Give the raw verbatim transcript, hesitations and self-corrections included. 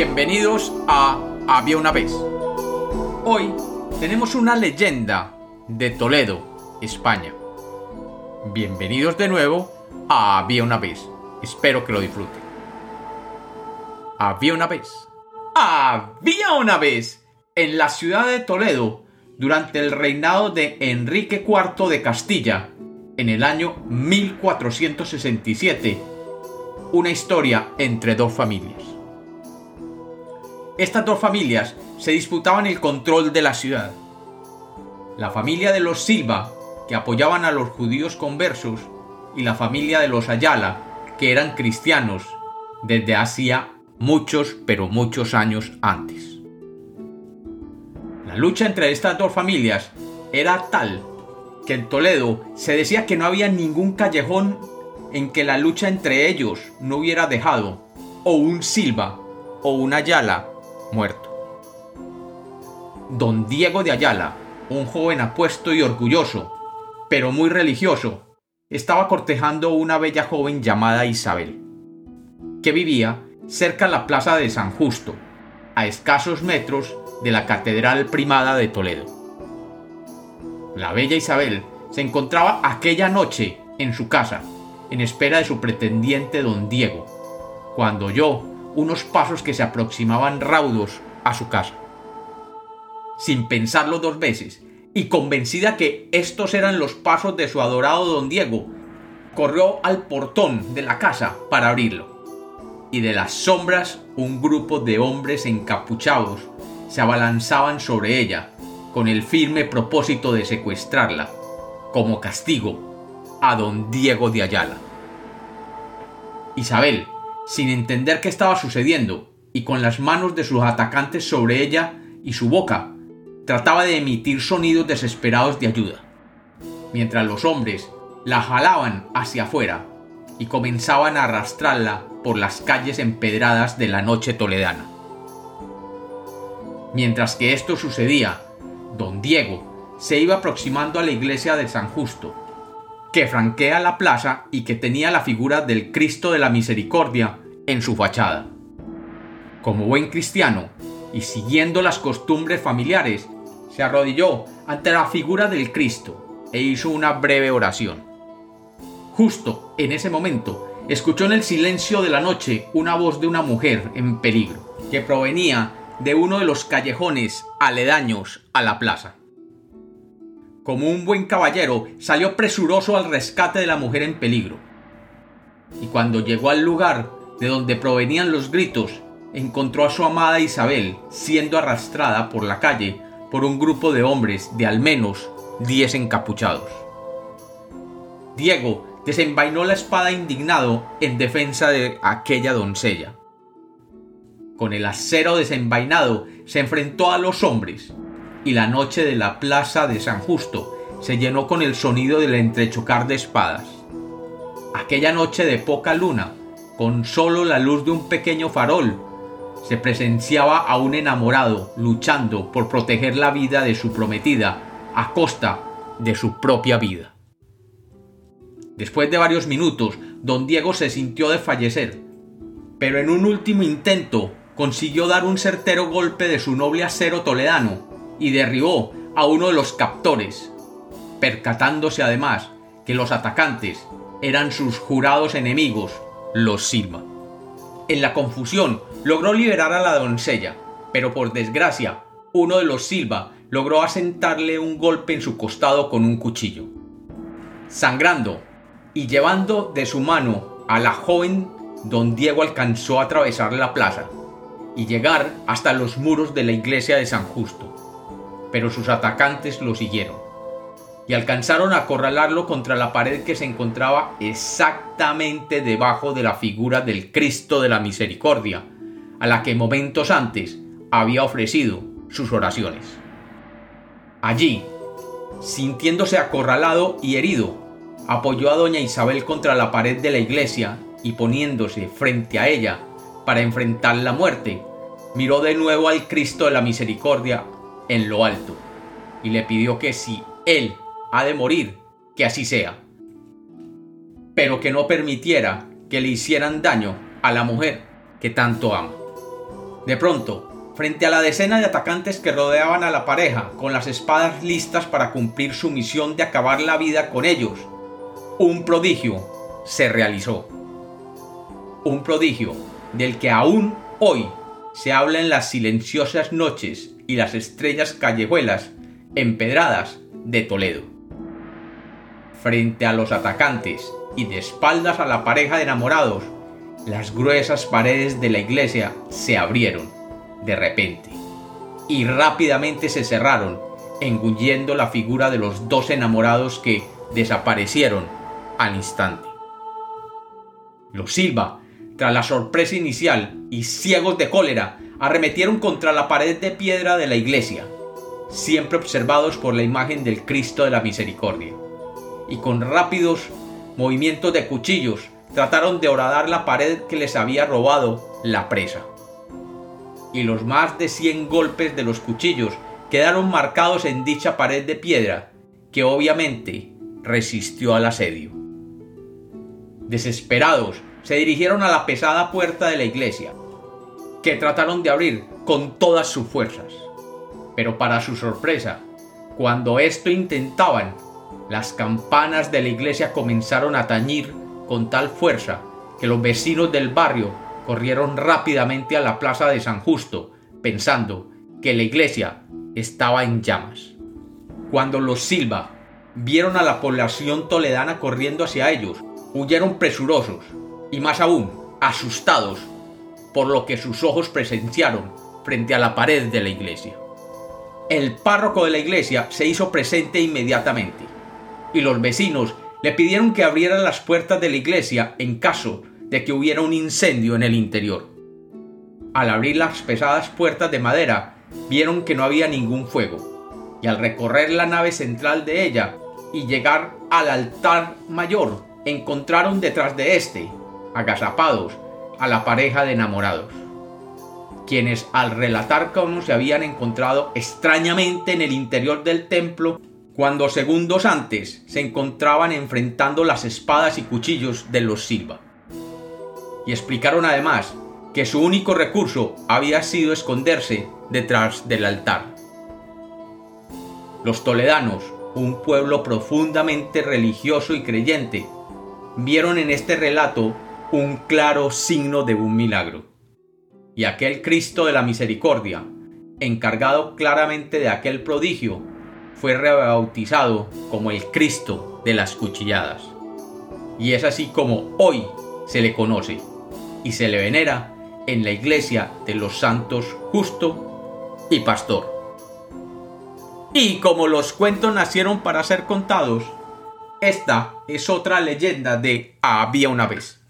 Bienvenidos a Había una vez. Hoy tenemos una leyenda de Toledo, España. Bienvenidos de nuevo a Había una vez. Espero que lo disfruten. Había una vez. Había una vez en la ciudad de Toledo, durante el reinado de Enrique cuarto de Castilla, en el año mil cuatrocientos sesenta y siete, una historia entre dos familias. Estas dos familias se disputaban el control de la ciudad. La familia de los Silva, que apoyaban a los judíos conversos, y la familia de los Ayala, que eran cristianos desde hacía muchos, pero muchos años antes. La lucha entre estas dos familias era tal que en Toledo se decía que no había ningún callejón en que la lucha entre ellos no hubiera dejado o un Silva o un Ayala muerto. Don Diego de Ayala, un joven apuesto y orgulloso, pero muy religioso, estaba cortejando una bella joven llamada Isabel, que vivía cerca de la plaza de San Justo, a escasos metros de la Catedral Primada de Toledo. La bella Isabel se encontraba aquella noche en su casa, en espera de su pretendiente don Diego, cuando oyó unos pasos que se aproximaban raudos a su casa. Sin pensarlo dos veces, y convencida que estos eran los pasos de su adorado don Diego, corrió al portón de la casa para abrirlo, y de las sombras un grupo de hombres encapuchados se abalanzaban sobre ella, con el firme propósito de secuestrarla, como castigo, a don Diego de Ayala. Isabel, sin entender qué estaba sucediendo, y con las manos de sus atacantes sobre ella y su boca, trataba de emitir sonidos desesperados de ayuda, mientras los hombres la jalaban hacia afuera y comenzaban a arrastrarla por las calles empedradas de la noche toledana. Mientras que esto sucedía, don Diego se iba aproximando a la iglesia de San Justo, que franquea la plaza y que tenía la figura del Cristo de la Misericordia en su fachada. Como buen cristiano, y siguiendo las costumbres familiares, se arrodilló ante la figura del Cristo e hizo una breve oración. Justo en ese momento, escuchó en el silencio de la noche una voz de una mujer en peligro, que provenía de uno de los callejones aledaños a la plaza. Como un buen caballero, salió presuroso al rescate de la mujer en peligro. Y cuando llegó al lugar de donde provenían los gritos, encontró a su amada Isabel siendo arrastrada por la calle por un grupo de hombres de al menos diez encapuchados. Diego desenvainó la espada indignado en defensa de aquella doncella. Con el acero desenvainado se enfrentó a los hombres, y la noche de la plaza de San Justo se llenó con el sonido del entrechocar de espadas. Aquella noche de poca luna, con solo la luz de un pequeño farol, se presenciaba a un enamorado luchando por proteger la vida de su prometida a costa de su propia vida. Después de varios minutos, don Diego se sintió desfallecer, pero en un último intento consiguió dar un certero golpe de su noble acero toledano y derribó a uno de los captores, percatándose además que los atacantes eran sus jurados enemigos, los Silva. En la confusión logró liberar a la doncella, pero por desgracia, uno de los Silva logró asentarle un golpe en su costado con un cuchillo. Sangrando y llevando de su mano a la joven, don Diego alcanzó a atravesar la plaza y llegar hasta los muros de la iglesia de San Justo. Pero sus atacantes lo siguieron y alcanzaron a acorralarlo contra la pared que se encontraba exactamente debajo de la figura del Cristo de la Misericordia, a la que momentos antes había ofrecido sus oraciones. Allí, sintiéndose acorralado y herido, apoyó a doña Isabel contra la pared de la iglesia y poniéndose frente a ella para enfrentar la muerte, miró de nuevo al Cristo de la Misericordia en lo alto y le pidió que si él ha de morir, que así sea, pero que no permitiera que le hicieran daño a la mujer que tanto ama. De pronto, frente a la decena de atacantes que rodeaban a la pareja con las espadas listas para cumplir su misión de acabar la vida con ellos, un prodigio se realizó. Un prodigio del que aún hoy se habla en las silenciosas noches y las estrellas callejuelas empedradas de Toledo. Frente a los atacantes y de espaldas a la pareja de enamorados, las gruesas paredes de la iglesia se abrieron de repente y rápidamente se cerraron, engullendo la figura de los dos enamorados que desaparecieron al instante. Los Silva, tras la sorpresa inicial y ciegos de cólera, arremetieron contra la pared de piedra de la iglesia, siempre observados por la imagen del Cristo de la Misericordia, y con rápidos movimientos de cuchillos trataron de horadar la pared que les había robado la presa. Y los más de cien golpes de los cuchillos quedaron marcados en dicha pared de piedra, que obviamente resistió al asedio. Desesperados, se dirigieron a la pesada puerta de la iglesia, que trataron de abrir con todas sus fuerzas. Pero para su sorpresa, cuando esto intentaban, las campanas de la iglesia comenzaron a tañir con tal fuerza que los vecinos del barrio corrieron rápidamente a la plaza de San Justo, pensando que la iglesia estaba en llamas. Cuando los Silva vieron a la población toledana corriendo hacia ellos, huyeron presurosos y más aún asustados por lo que sus ojos presenciaron frente a la pared de la iglesia. El párroco de la iglesia se hizo presente inmediatamente y los vecinos le pidieron que abriera las puertas de la iglesia en caso de que hubiera un incendio en el interior. Al abrir las pesadas puertas de madera, vieron que no había ningún fuego, y al recorrer la nave central de ella y llegar al altar mayor, encontraron detrás de este, agazapados, a la pareja de enamorados, quienes al relatar cómo se habían encontrado extrañamente en el interior del templo, cuando segundos antes se encontraban enfrentando las espadas y cuchillos de los Silva. Y explicaron además que su único recurso había sido esconderse detrás del altar. Los toledanos, un pueblo profundamente religioso y creyente, vieron en este relato un claro signo de un milagro. Y aquel Cristo de la Misericordia, encargado claramente de aquel prodigio, fue rebautizado como el Cristo de las Cuchilladas. Y es así como hoy se le conoce y se le venera en la iglesia de los santos Justo y Pastor. Y como los cuentos nacieron para ser contados, esta es otra leyenda de Había una vez.